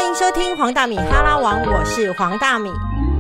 迎收听黄大米哈拉王，我是黄大米。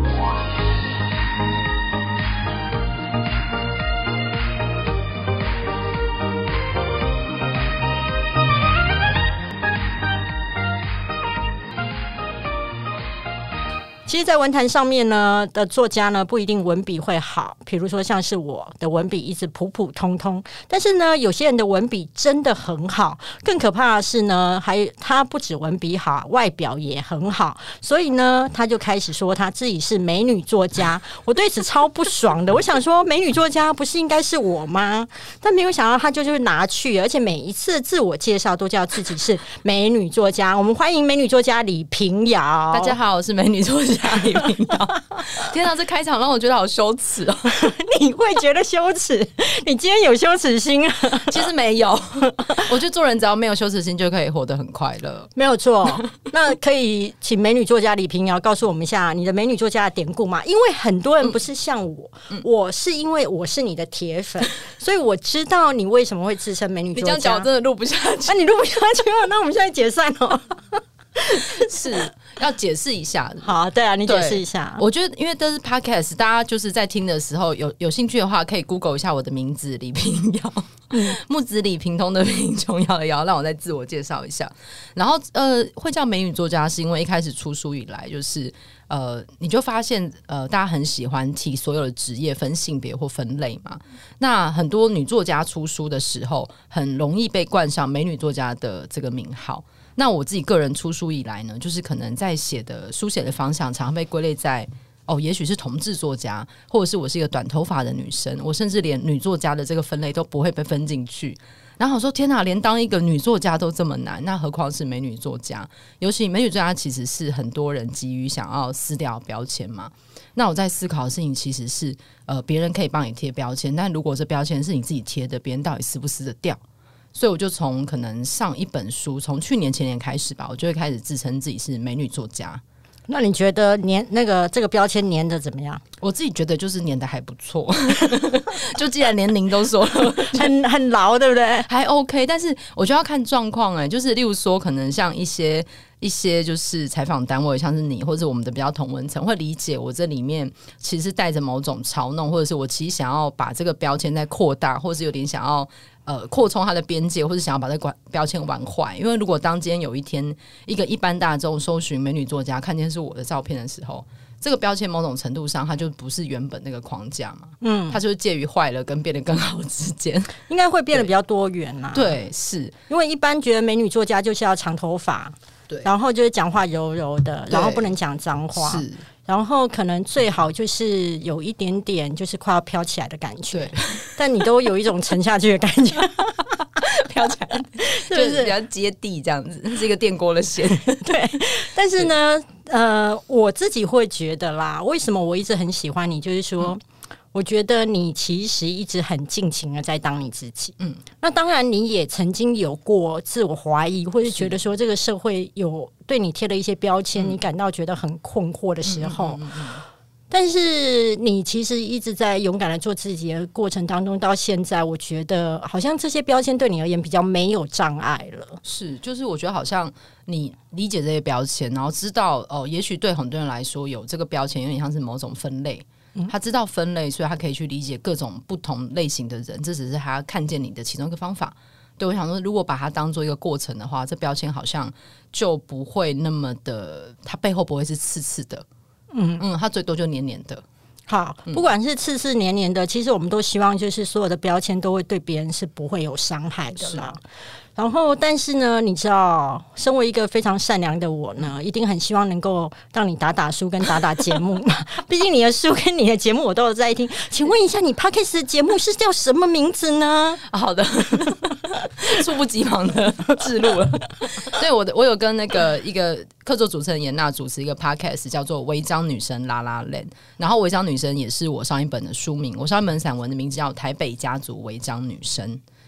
其实在文坛上面呢的作家呢不一定文笔会好，比如说像是我的文笔一直普普通通，但是呢有些人的文笔真的很好，更可怕的是呢他不止文笔好，外表也很好，所以呢他就开始说他自己是美女作家。我对此超不爽的，我想说美女作家不是应该是我吗？但没有想到他就是拿去，而且每一次自我介绍都叫自己是美女作家。我们欢迎美女作家李屏瑶。 大家好，我是美女作家李屏瑶。天哪，这开场让我觉得好羞耻哦！ 你会觉得羞耻？你今天有羞耻心啊？ 其实没有，我觉得做人只要没有羞耻心就可以活得很快乐， 没有错。那可以请美女作家李屏瑶告诉我们一下你的美女作家的典故吗？因为很多人不是像我，我是因为我是你的铁粉，所以我知道你为什么会自称美女作家。 你这样讲我真的录不下去。 你录不下去了，那我们现在解散哦。 是要解释一下。 好，对啊，你解释一下。 我觉得因为这是 podcast， 大家就是在听的时候有兴趣的话，可以 Google 一下我的名字李屏瑶，木子李屏东的屏，琼瑶的瑶，让我再自我介绍一下。然后会叫美女作家是因为一开始出书以来，就是你就发现大家很喜欢替所有的职业分性别或分类嘛。那很多女作家出书的时候，很容易被冠上美女作家的这个名号。那我自己个人出书以来呢，就是可能在书写的方向常常被归类在也许是同志作家，或者是我是一个短头发的女生，我甚至连女作家的这个分类都不会被分进去。然后我说天哪，连当一个女作家都这么难，那何况是美女作家？尤其美女作家其实是很多人急于想要撕掉标签嘛。那我在思考的事情其实是别人可以帮你贴标签，但如果这标签是你自己贴的，别人到底撕不撕得掉？所以我就从可能上一本书，从去年前年开始吧，我就会开始自称自己是美女作家。 那你觉得这个标签粘的怎么样？ 我自己觉得就是粘的还不错，就既然连您都说了， 很牢，对不对？ 还 OK， 但是我就要看状况就是例如说，可能像一些就是采访单位，像是你或者我们的比较同温层，会理解我这里面其实带着某种嘲弄，或者是我其实想要把这个标签再扩大，或者是有点想要扩充它的边界，或者想要把这个标签玩坏。因为如果当今天有一天一个一般大众搜寻美女作家看见是我的照片的时候，这个标签某种程度上它就不是原本那个框架嘛，它就是介于坏了跟变得更好之间， 应该会变得比较多元啦。 对，是因为一般觉得美女作家就是要长头发，对，然后就是讲话柔柔的，然后不能讲脏话，是，然后可能最好就是有一点点就是快要飘起来的感觉，但你都有一种沉下去的感觉。 飘起来就是比较接地这样子，是一个电锅的线。 对，但是呢我自己会觉得啦，为什么我一直很喜欢你，就是说我觉得你其实一直很尽情的在当你自己。那当然你也曾经有过自我怀疑，或是觉得说这个社会有对你贴了一些标签，你感到觉得很困惑的时候，但是你其实一直在勇敢的做自己的过程当中，到现在我觉得好像这些标签对你而言比较没有障碍了。 是，就是我觉得好像你理解这些标签，然后知道也许对很多人来说有这个标签有点像是某种分类，他知道分类，所以他可以去理解各种不同类型的人，这只是他看见你的其中一个方法。对，我想说如果把它当做一个过程的话，这标签好像就不会那么的，它背后不会是刺刺的，它最多就黏黏的。 好，不管是刺刺黏黏的，其实我们都希望就是所有的标签都会对别人是不会有伤害的啦。然后但是呢你知道身为一个非常善良的我呢，一定很希望能够让你打打书跟打打节目嘛。毕竟你的书跟你的节目我都有在听。请问一下你 Podcast 的节目是叫什么名字呢？ 好的猝不及防的置入了。对，我有跟那个一个客座主持人严娜主持一个 Podcast 叫做违章女生拉拉链，然后违章女生也是我上一本的书名，我上一本散文的名字叫台北家族违章女生。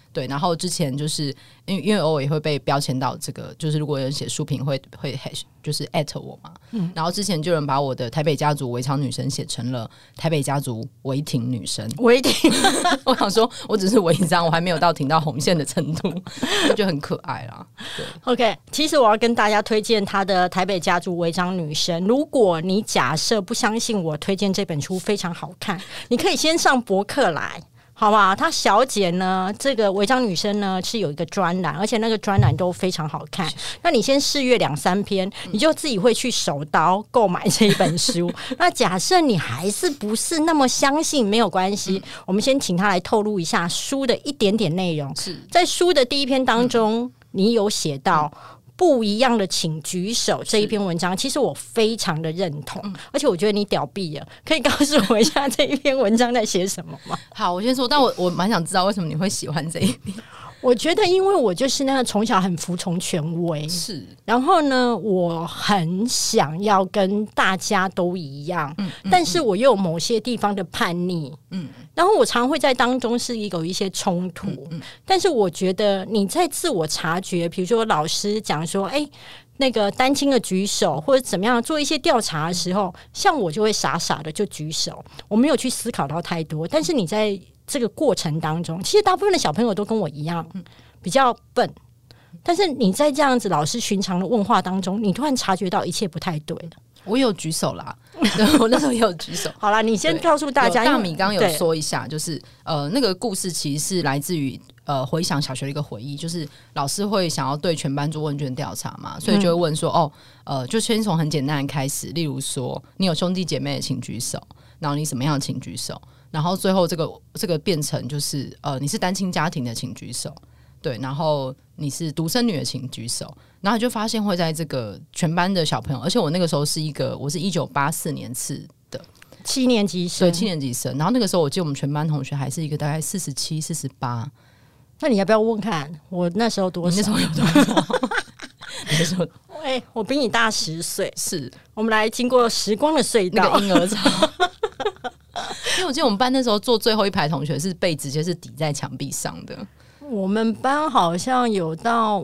对，然后之前就是因为偶尔也会被标签到这个，就是如果有人写书评会就是@我嘛，然后之前就有人把我的台北家族围场女生写成了台北家族围挺女生， 围挺我想说我只是违章，我还没有到挺到红线的程度，我觉得很可爱啦。对 OK， 其实我要跟大家推荐他的台北家族违章女生，如果你假设不相信我推荐这本书非常好看，你可以先上博客来，好吧？她小姐呢，这个违章女生呢是有一个专栏，而且那个专栏都非常好看。那你先试阅2-3篇，你就自己会去手刀购买这一本书。那假设你还是不是那么相信，没有关系，我们先请她来透露一下书的一点点内容。在书的第1篇当中，你有写到不一样的请举手这一篇文章，其实我非常的认同，而且我觉得你屌毙了，可以告诉我一下这一篇文章在写什么吗？ 好，我先说，但我蛮想知道为什么你会喜欢这一篇。 我觉得因为我就是那个从小很服从权威， 是， 然后呢我很想要跟大家都一样，但是我又有某些地方的叛逆，然后我常会在当中是有一些冲突，但是我觉得你在自我察觉，比如说老师讲说那个单亲的举手或者怎么样做一些调查的时候，像我就会傻傻的就举手，我没有去思考到太多，但是你在这个过程当中，其实大部分的小朋友都跟我一样比较笨，但是你在这样子老师寻常的问话当中，你突然察觉到一切不太对了。 我有举手啦，我那时候也有举手。 好啦，你先告诉大家， 大米刚刚有说一下，就是那个故事其实是来自于回想小学的一个回忆，就是老师会想要对全班做问卷调查嘛，所以就会问说就先从很简单的开始，例如说你有兄弟姐妹的请举手，然后你什么样的请举手，然后最后这个变成就是你是单亲家庭的请举手，对，然后你是独生女的请举手，然后你就发现会在这个全班的小朋友，而且我那个时候我是1984年次的 7年级生， 对，7年级生，然后那个时候我记得我们全班同学还是一个大概47、48。 那你要不要问看我那时候多少？ 你那时候有多少？你那时候我比你大10岁， 是我们来经过时光的隧道， 那个婴儿潮。因为我记得我们班那时候坐最后一排同学是背直接是抵在墙壁上的。 我们班好像有到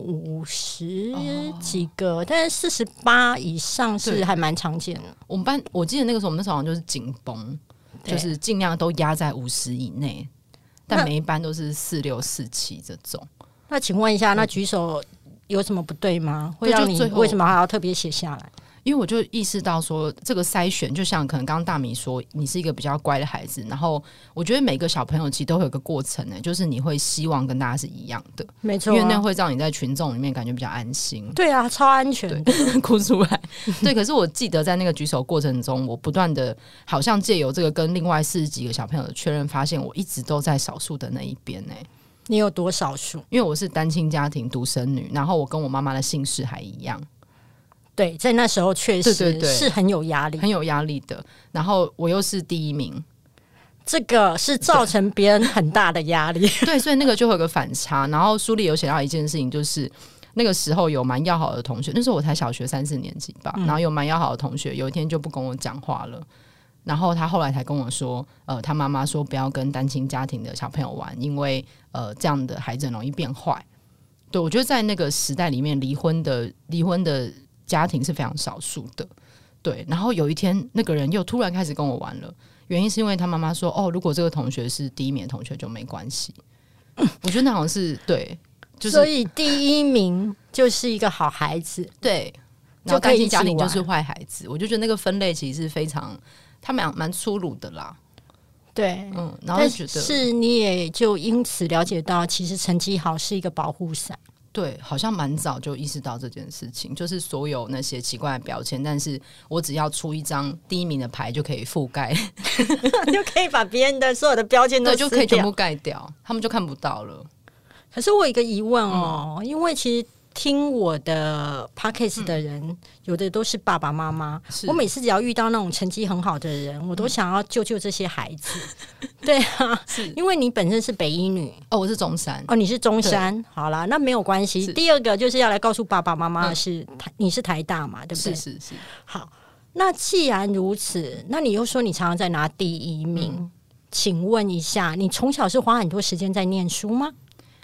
50几个，但是48以上是还蛮常见的。 我们班我记得那个时候我们那时候好像就是紧绷，就是尽量都压在50以内，但每一班都是46、47这种。 那请问一下，那举手有什么不对吗？会让你为什么还要特别写下来？ 因为我就意识到说，这个筛选就像可能刚刚大米说，你是一个比较乖的孩子，然后我觉得每个小朋友其实都会有个过程呢，就是你会希望跟大家是一样的， 没错， 因为那会让你在群众里面感觉比较安心。 对啊，超安全的， 哭出来。对，可是我记得在那个举手过程中，我不断的好像借由这个跟另外40几个小朋友的确认，发现我一直都在少数的那一边呢。 你有多少数？ 因为我是单亲家庭独生女，然后我跟我妈妈的姓氏还一样。 对，在那时候确实是很有压力， 很有压力的。然后我又是第1名， 这个是造成别人很大的压力。 对，所以那个就会有个反差。然后书里有写到一件事情，就是那个时候有蛮要好的同学，那时候我才小学3、4年级吧，然后有蛮要好的同学，有一天就不跟我讲话了。然后他后来才跟我说，他妈妈说不要跟单亲家庭的小朋友玩，因为这样的孩子很容易变坏。对，我觉得在那个时代里面，离婚的家庭是非常少数的。对，然后有一天那个人又突然开始跟我玩了，原因是因为他妈妈说，如果这个同学是第1名的同学就没关系。我觉得那好像是对，就是所以第1名就是一个好孩子， 对，然后单亲家庭就是坏孩子。我就觉得那个分类其实是非常，他们蛮粗鲁的啦。 对， 然后就觉得是你也就因此了解到，其实成绩好是一个保护伞。 对，好像蛮早就意识到这件事情，就是所有那些奇怪的标签，但是我只要出一张第1名的牌就可以覆盖， 就可以把别人的所有的标签都对，就可以全部盖掉，他们就看不到了。 可是我有一个疑问因为其实听我的 podcast 的人，有的都是爸爸妈妈。我每次只要遇到那种成绩很好的人，我都想要救救这些孩子。对啊，因为你本身是北一女， 我是中山， 你是中山，好啦，那没有关系。第二个就是要来告诉爸爸妈妈的是，你是台大嘛，对不对？ 是。 好，那既然如此，那你又说你常常在拿第1名，请问一下，你从小是花很多时间在念书吗？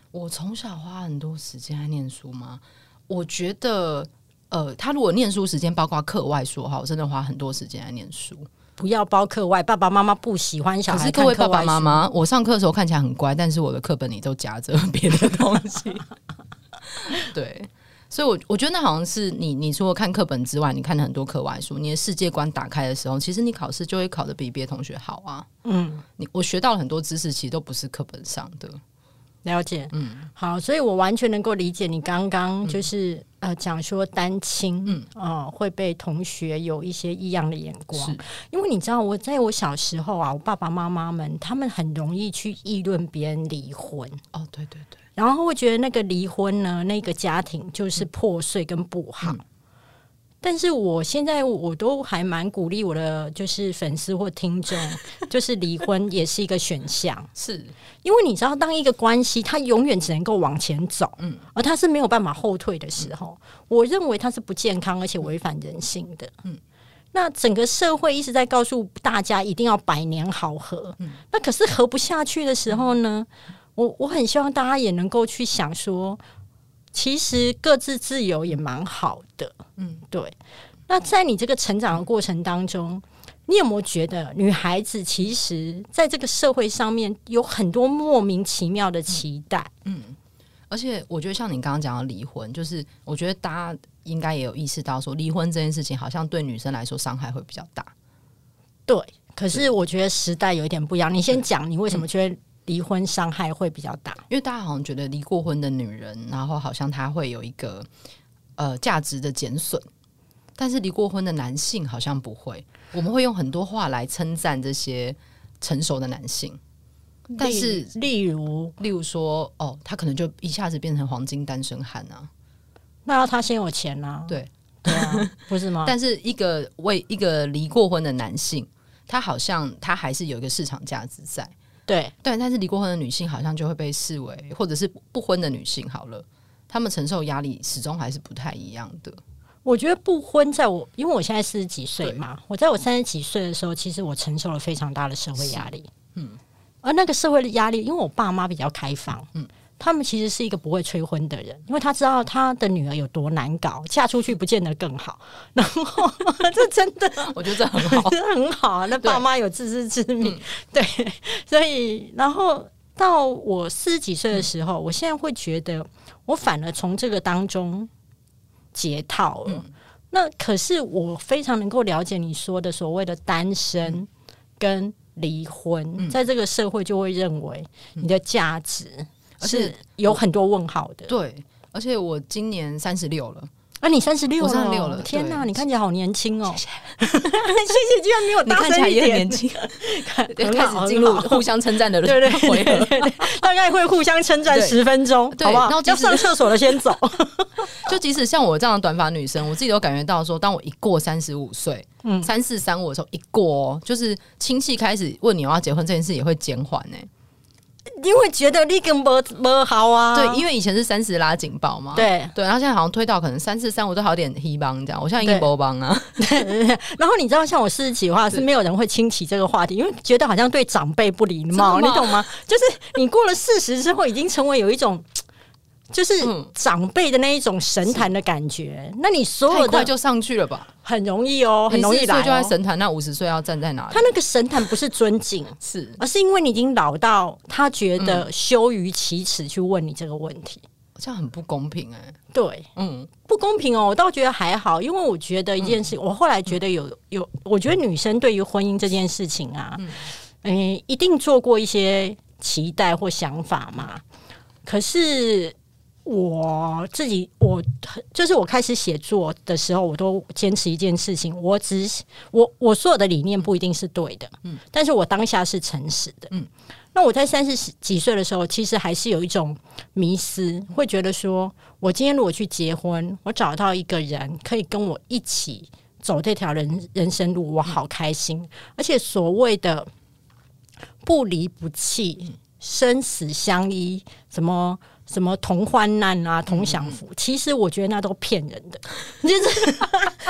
我从小花很多时间在念书吗？我觉得，他如果念书时间包括课外书的话，我真的花很多时间在念书。 不要包课外，爸爸妈妈不喜欢小孩看课外书。 可是各位爸爸妈妈，我上课的时候看起来很乖，但是我的课本里都夹着别的东西。对，所以我觉得那好像是你除了看课本之外，你看了很多课外书，你的世界观打开的时候，其实你考试就会考得比别的同学好啊。我学到了很多知识，其实都不是课本上的。 了解，好，所以我完全能够理解你刚刚就是讲说单亲，会被同学有一些异样的眼光，因为你知道我在我小时候啊，我爸爸妈妈们他们很容易去议论别人离婚， 对对对， 然后会觉得那个离婚呢，那个家庭就是破碎跟不好。但是我现在我都还蛮鼓励我的就是粉丝或听众，就是离婚也是一个选项， 是因为你知道，当一个关系它永远只能够往前走，而它是没有办法后退的时候，我认为它是不健康而且违反人性的。那整个社会一直在告诉大家一定要百年好合，那可是合不下去的时候呢，我很希望大家也能够去想说，其实各自自由也蛮好的。对。那在你这个成长的过程当中，你有没有觉得女孩子其实在这个社会上面有很多莫名其妙的期待？ 而且我觉得像你刚刚讲的离婚，就是我觉得大家应该也有意识到说，离婚这件事情好像对女生来说伤害会比较大。 对，可是我觉得时代有一点不一样。你先讲你为什么觉得离婚伤害会比较大？ 因为大家好像觉得离过婚的女人，然后好像她会有一个价值的减损，但是离过婚的男性好像不会。我们会用很多话来称赞这些成熟的男性，但是例如说，他可能就一下子变成黄金单身汉啊。 那要他先有钱啊？ 对啊，不是吗？ 但是一个离过婚的男性，他好像他还是有一个市场价值在。对，但是离过婚的女性好像就会被视为，或者是不婚的女性好了，她们承受压力始终还是不太一样的。 我觉得不婚因为我现在40几岁嘛，我在我30几岁的时候，其实我承受了非常大的社会压力。而那个社会的压力，因为我爸妈比较开放，他们其实是一个不会催婚的人，因为他知道他的女儿有多难搞，嫁出去不见得更好。然后这真的， 我觉得这很好， 这很好。那爸妈有自知之明，对，所以然后到我40几岁的时候，我现在会觉得，我反而从这个当中解套了。那可是我非常能够了解你说的所谓的单身跟离婚，在这个社会就会认为你的价值是有很多问号的。 对，而且我今年36了。 你36了？ 我36了。 天哪，你看起来好年轻哦！ 谢谢，谢谢，居然没有大声一点， 你看起来也很年轻。开始进入互相称赞的回合， 大概会互相称赞10分钟，好不好？要上厕所了先走。 就即使像我这样的短发女生，我自己都感觉到说，当我一过35岁，34、35的时候一过，就是亲戚开始问你要结婚这件事也会减缓呢。 因为觉得你跟不好啊， 对，因为以前是30拉警报嘛，对，然后现在好像推到可能34、35都好点黑帮这样，我现在已经不帮啊。 然后你知道，像我40几的话，是没有人会轻启这个话题，因为觉得好像对长辈不礼貌，你懂吗？就是你过了40之后，已经成为有一种。就是长辈的那一种神坛的感觉，那你所有的太快就上去了吧？ 很容易哦，很容易来就在神坛，那50岁要站在哪里？ 他那个神坛不是尊敬， 是， 而是因为你已经老到他觉得羞于启齿去问你这个问题， 这样很不公平对，不公平哦。我倒觉得还好，因为我觉得一件事，我后来觉得我觉得女生对于婚姻这件事情啊，一定做过一些期待或想法嘛。可是我自己，就是我开始写作的时候，我都坚持一件事情，我所有的理念不一定是对的，但是我当下是诚实的，那我在30几岁的时候，其实还是有一种迷思，会觉得说，我今天如果去结婚，我找到一个人可以跟我一起走这条人生路，我好开心，而且所谓的不离不弃、生死相依，什么同患难啊，同享福，其实我觉得那都骗人的，就是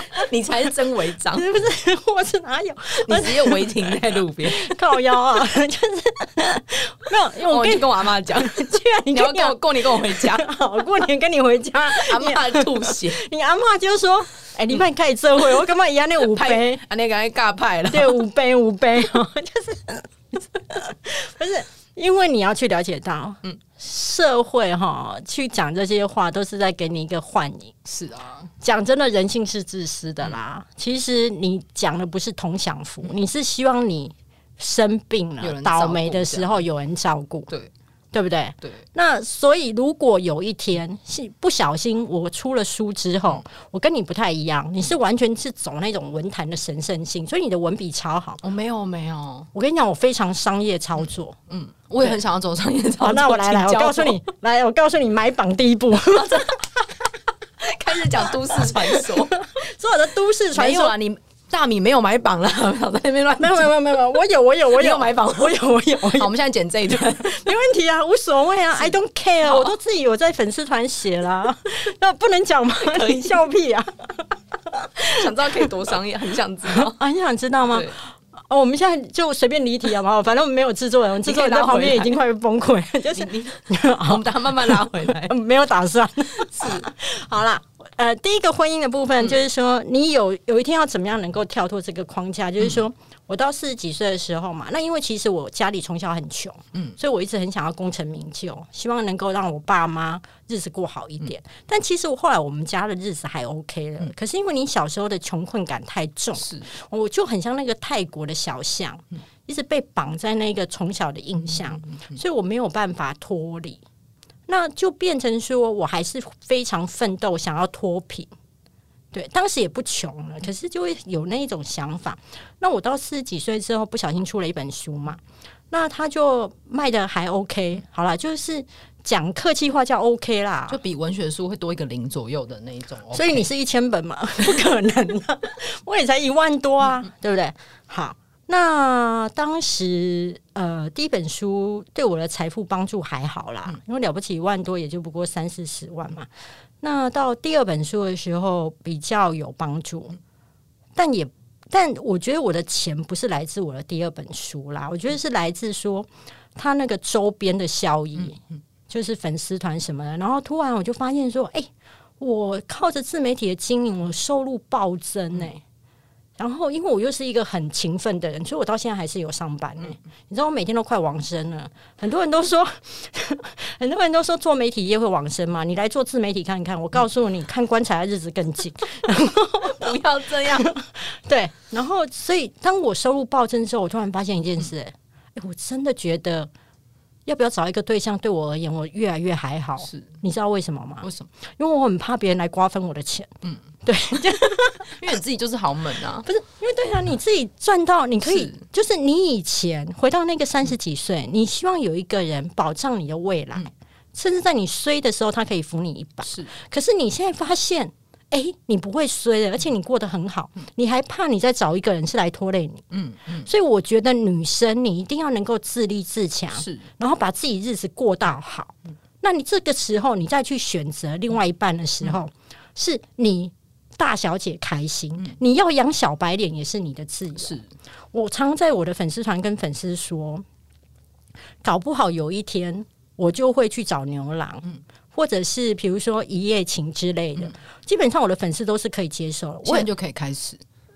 你才是真违章， 不是，我是哪有？ 你直接违停在路边， 靠腰啊，就是没有，因为我跟我阿妈讲， 居然你要跟我过年跟我回家， 好，过年跟你回家， 阿妈吐血， 你阿妈就说。你慢开始做会，我干嘛一样那5杯？ 啊，那个尬派了， 对，5杯就是不是？因为你要去了解到，社会去讲这些话，都是在给你一个幻影。 是啊， 讲真的，人性是自私的啦。其实你讲的不是同享福，你是希望你生病了、倒霉的时候有人照顾。对不对？ 对。 那所以，如果有一天是不小心我出了书之后，我跟你不太一样，你是完全是走那种文坛的神圣性，所以你的文笔超好。 没有， 我跟你讲，我非常商业操作。 我也很想要走商业操作。 好，那我来，我告诉你，买榜第一步。 开始讲都市传说， 所有的都市传说啊，你。大米没有买榜了，我在那边乱讲。 没有，我有买榜， 我有。 好，我们现在剪这一段， 没问题啊，无所谓啊 ，I don't care， 我都自己有在粉丝团写啦，那不能讲吗？你笑屁啊！ 想知道可以多商业，很想知道啊，你想知道吗？我们现在就随便离题好不好？反正我们没有制作人，制作人在旁边已经快崩溃了。就是我们等下慢慢拉回来， 没有打算。是，好啦。第一个婚姻的部分就是说，你有一天要怎么样能够跳脱这个框架？就是说我到40几岁的时候嘛，那因为其实我家里从小很穷，所以我一直很想要功成名就，希望能够让我爸妈日子过好一点。但其实后来我们家的日子还 OK 了，可是因为你小时候的穷困感太重，我就很像那个泰国的小象，一直被绑在那个从小的印象，所以我没有办法脱离。那就变成说我还是非常奋斗，想要脱贫。对，当时也不穷了，可是就会有那一种想法。那我到40几岁之后，不小心出了一本书嘛，那他就卖的还 OK。好啦，就是讲客气话叫 OK 啦， 就比文学书会多一个0左右的那一种、OK。 所以你是1000本嘛？不可能啊，我也才1万多啊，对不对？好。那当时第一本书对我的财富帮助还好啦，因为了不起1万多也就不过30-40万嘛。那到第2本书的时候比较有帮助，但我觉得我的钱不是来自我的第2本书啦，我觉得是来自说它那个周边的效益，就是粉丝团什么的。然后突然我就发现说，我靠着自媒体的经营，我收入暴增然后，因为我又是一个很勤奋的人，所以我到现在还是有上班你知道，我每天都快往生了。很多人都说做媒体业会往生嘛，你来做自媒体看看。我告诉你，看棺材的日子更近。 不要这样。 对，然后所以当我收入暴增之后，我突然发现一件事，我真的觉得要不要找一个对象，对我而言，我越来越还好。是，你知道为什么吗？ 为什么？ 因为我很怕别人来瓜分我的钱。对， 因为你自己就是豪门啊， 不是因为对啊，你自己赚到，你可以就是你以前回到那个30几岁，你希望有一个人保障你的未来，甚至在你衰的时候，他可以扶你一把。是，可是你现在发现，你不会衰的，而且你过得很好，你还怕你再找一个人是来拖累你。所以我觉得女生你一定要能够自立自强，是，然后把自己日子过到好。那你这个时候，你再去选择另外一半的时候，是你大小姐开心，你要养小白脸也是你的自由。是，我常在我的粉丝团跟粉丝说，搞不好有一天我就会去找牛郎，或者是比如说一夜情之类的。基本上我的粉丝都是可以接受的， 现在就可以开始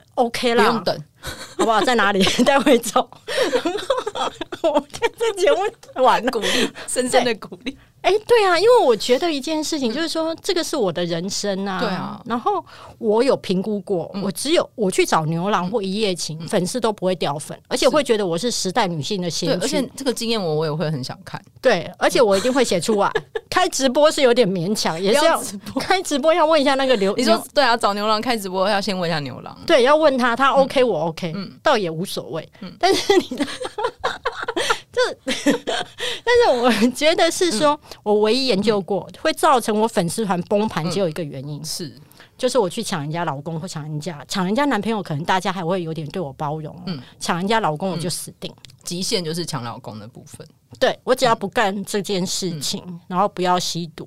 OK 啦， 不用等， 好不好？在哪里？待会走。我看这节目完了， 鼓励，深深的鼓励。 对啊，因为我觉得一件事情就是说，这个是我的人生啊。 对啊。 然后我有评估过，我只有我去找牛郎或一夜情，粉丝都不会掉粉，而且会觉得我是时代女性的先驱。 而且这个经验我也会很想看。 对，而且我一定会写出来。开直播是有点勉强，也是要开直播要问一下那个你说对啊，找牛郎开直播要先问一下牛郎。 对，要问他 OK 我 OK，倒也无所谓。但是你的但是我觉得是说，我唯一研究过会造成我粉丝团崩盘，只有一个原因就是我去抢人家老公或抢人家男朋友，可能大家还会有点对我包容。抢人家老公我就死定。 极限就是抢老公的部分。 对，我只要不干这件事情，然后不要吸毒，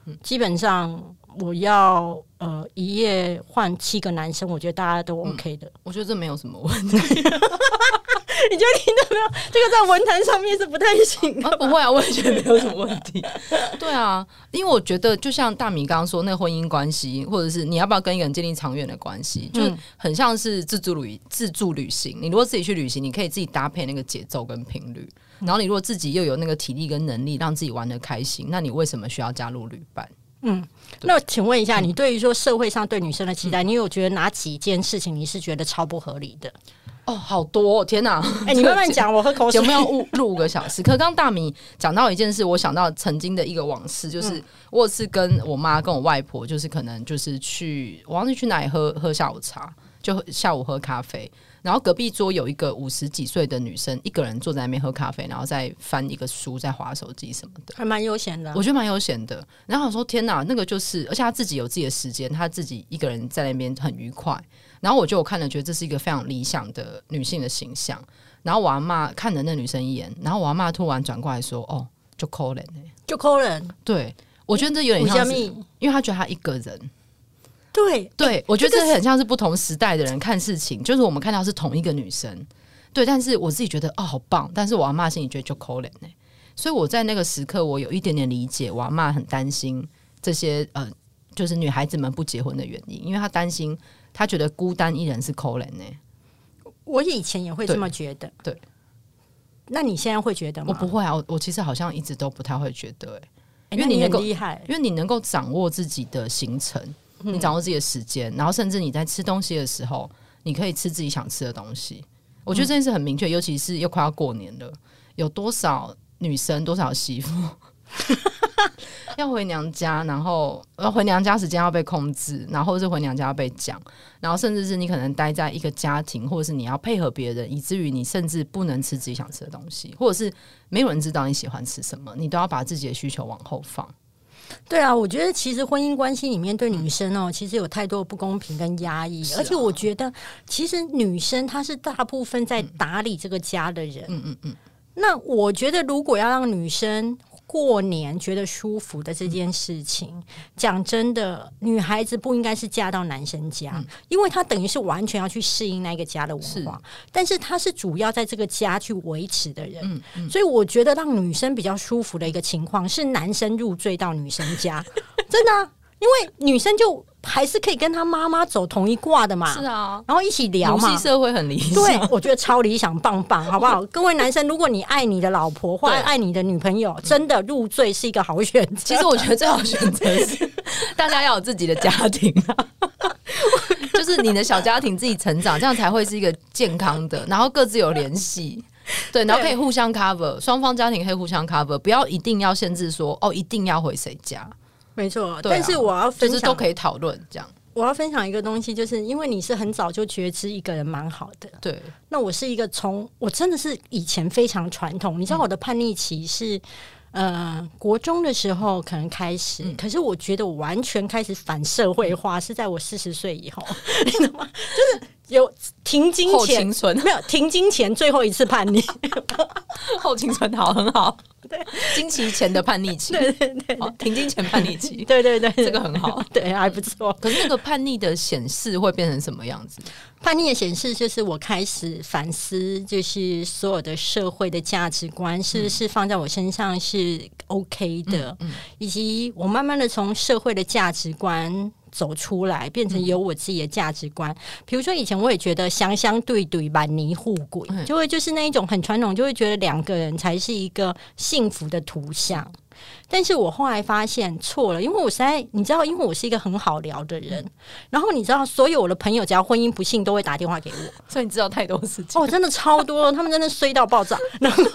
基本上我要一夜换7个男生，我觉得大家都 OK 的。 我觉得这没有什么问题。 你觉得听到没有？这个在文坛上面是不太行的。 不会啊，我也觉得没有什么问题。对啊，因为我觉得就像大米刚刚说，那个婚姻关系，或者是你要不要跟一个人建立长远的关系，就很像是自助旅行。你如果自己去旅行，你可以自己搭配那个节奏跟频率。然后你如果自己又有那个体力跟能力，让自己玩得开心，那你为什么需要加入旅伴？ 那请问一下，你对于说社会上对女生的期待，你有觉得哪几件事情你是觉得超不合理的？ 好多天哪！ 你慢慢讲，我喝口水。 节目要录5个小时。可刚刚大米讲到一件事，我想到曾经的一个往事，就是我有次跟我妈跟我外婆，就是可能就是我忘记去哪里喝下午茶，就下午喝咖啡。然后隔壁桌有一个50几岁的女生，一个人坐在那边喝咖啡，然后再翻一个书，在滑手机什么的， 还蛮悠闲的。 我觉得蛮悠闲的。然后我说天哪，那个就是，而且她自己有自己的时间，她自己一个人在那边很愉快。然后我看了，觉得这是一个非常理想的女性的形象。然后我阿嬷看了那女生一眼，然后我阿嬷突然转过来说：“哦，就可怜欸， 就可怜。” 对，我觉得这有点像是，因为她觉得她一个人。对，我觉得这很像是不同时代的人看事情，就是我们看到是同一个女生，对，但是我自己觉得好棒，但是我阿嬷心里觉得就可怜欸。所以我在那个时刻，我有一点点理解我阿嬷很担心这些就是女孩子们不结婚的原因，因为她担心，她觉得孤单一人是可怜欸。 我以前也会这么觉得， 对。 那你现在会觉得吗？ 我不会啊，我其实好像一直都不太会觉得因为你很厉害， 因为你能够掌握自己的行程。你掌握自己的时间，然后甚至你在吃东西的时候，你可以吃自己想吃的东西。我觉得这件事很明确，尤其是又快要过年了，有多少女生、多少媳妇要回娘家，然后回娘家时间要被控制，然后是回娘家要被讲，然后甚至是你可能待在一个家庭，或者是你要配合别人，以至于你甚至不能吃自己想吃的东西，或者是没有人知道你喜欢吃什么，你都要把自己的需求往后放。 对啊，我觉得其实婚姻关系里面对女生其实有太多的不公平跟压抑，而且我觉得其实女生她是大部分在打理这个家的人。那我觉得如果要让女生过年觉得舒服的这件事情，讲真的，女孩子不应该是嫁到男生家，因为她等于是完全要去适应那个家的文化，但是她是主要在这个家去维持的人。所以我觉得让女生比较舒服的一个情况是男生入赘到女生家真的啊，因为女生就还是可以跟她妈妈走同一挂的嘛， 是啊， 然后一起聊嘛， 母系社会很理想， 对，我觉得超理想，棒棒，好不好？各位男生，如果你爱你的老婆或爱你的女朋友，真的入赘是一个好选择。 其实我觉得最好选择是大家要有自己的家庭就是你的小家庭自己成长，这样才会是一个健康的，然后各自有联系。对，然后可以互相 cover， 双方家庭可以互相 cover， 不要一定要限制说一定要回谁家。 没错，但是我要分享， 就是都可以讨论这样。 我要分享一个东西，就是因为你是很早就觉知一个人蛮好的， 对。 那我是一个我真的是以前非常传统，你知道我的叛逆期是国中的时候可能开始，可是我觉得我完全开始反社会化是在我40岁以后，你知道吗？就是有停经前后青春没有停经前最后一次叛逆后青春好很好， 对， 经期前的叛逆期， 对对对， 停经前叛逆期， 对对对， 这个很好， 对，还不错。 可是那个叛逆的显示会变成什么样子？ 叛逆的显示就是我开始反思，就是所有的社会的价值观是不是放在我身上是 OK 的，以及我慢慢的从社会的价值观走出来，变成有我自己的价值观。比如说以前我也觉得相相对对满泥护鬼，就会就是那一种很传统，就会觉得2个人才是一个幸福的图像。但是我后来发现错了，因为我实在你知道，因为我是一个很好聊的人，然后你知道所有我的朋友只要婚姻不幸都会打电话给我， 所以你知道太多事情真的超多，他们真的衰到爆炸。然后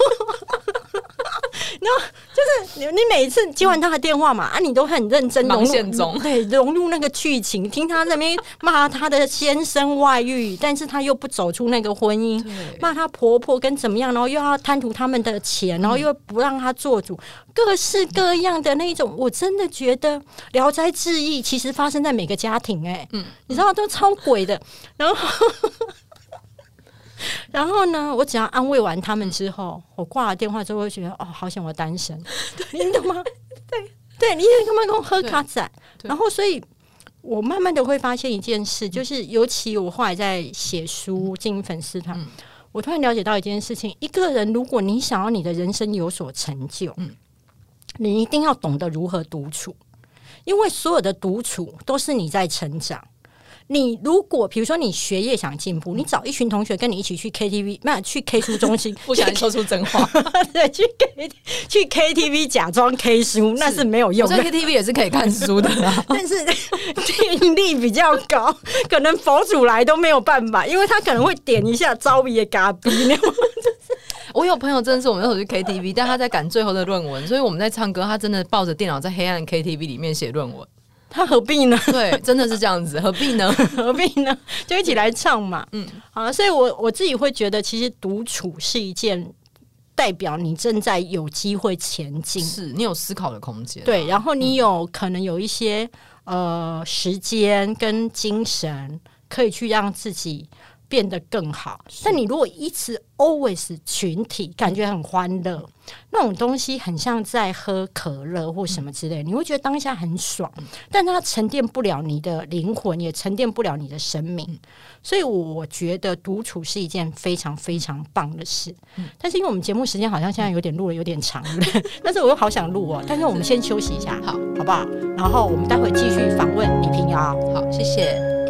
就是你每一次接完他的电话嘛，你都很认真忙线中， 对，融入那个剧情，听他那边骂他的先生外遇，但是他又不走出那个婚姻，骂他婆婆跟怎么样，然后又要贪图他们的钱，然后又不让他做主，各式各样的那种，我真的觉得《聊斋志异》其实发生在每个家庭，你知道都超鬼的，然后呢，我只要安慰完他们之后，我挂了电话之后会觉得好想我单身，你懂吗？ 对，你干嘛跟我喝咖仔？然后所以我慢慢的会发现一件事，就是尤其我后来在写书经营粉丝团，我突然了解到一件事情，一个人如果你想要你的人生有所成就，你一定要懂得如何独处，因为所有的独处都是你在成长。你如果比如说你学业想进步，你找一群同学跟你一起去 KTV， 那去 K 书中心， 不想说出真话， 对，去 KTV 假装 K 书，那是没有用的。 我在 KTV 也是可以看书的啦， 但是听力比较高，可能佛祖来都没有办法，因为他可能会点一下招比的咖逼。 我有朋友真的是我们那时候去 KTV， 但他在赶最后的论文，所以我们在唱歌，他真的抱着电脑在黑暗 KTV 里面写论文。 他何必呢？ 对，真的是这样子，何必呢？ 何必呢？就一起来唱嘛。好了，所以我自己会觉得，其实独处是一件代表你正在有机会前进， 是你有思考的空间， 对，然后你有可能有一些时间跟精神可以去让自己变得更好。但你如果一直 always 群体，感觉很欢乐，那种东西很像在喝可乐或什么之类，你会觉得当下很爽，但它沉淀不了你的灵魂，也沉淀不了你的生命。所以我觉得独处是一件非常非常棒的事。但是因为我们节目时间好像现在有点录了有点长了，但是我又好想录哦。但是我们先休息一下，好不好？然后我们待会继续访问李屏瑶。 好，谢谢。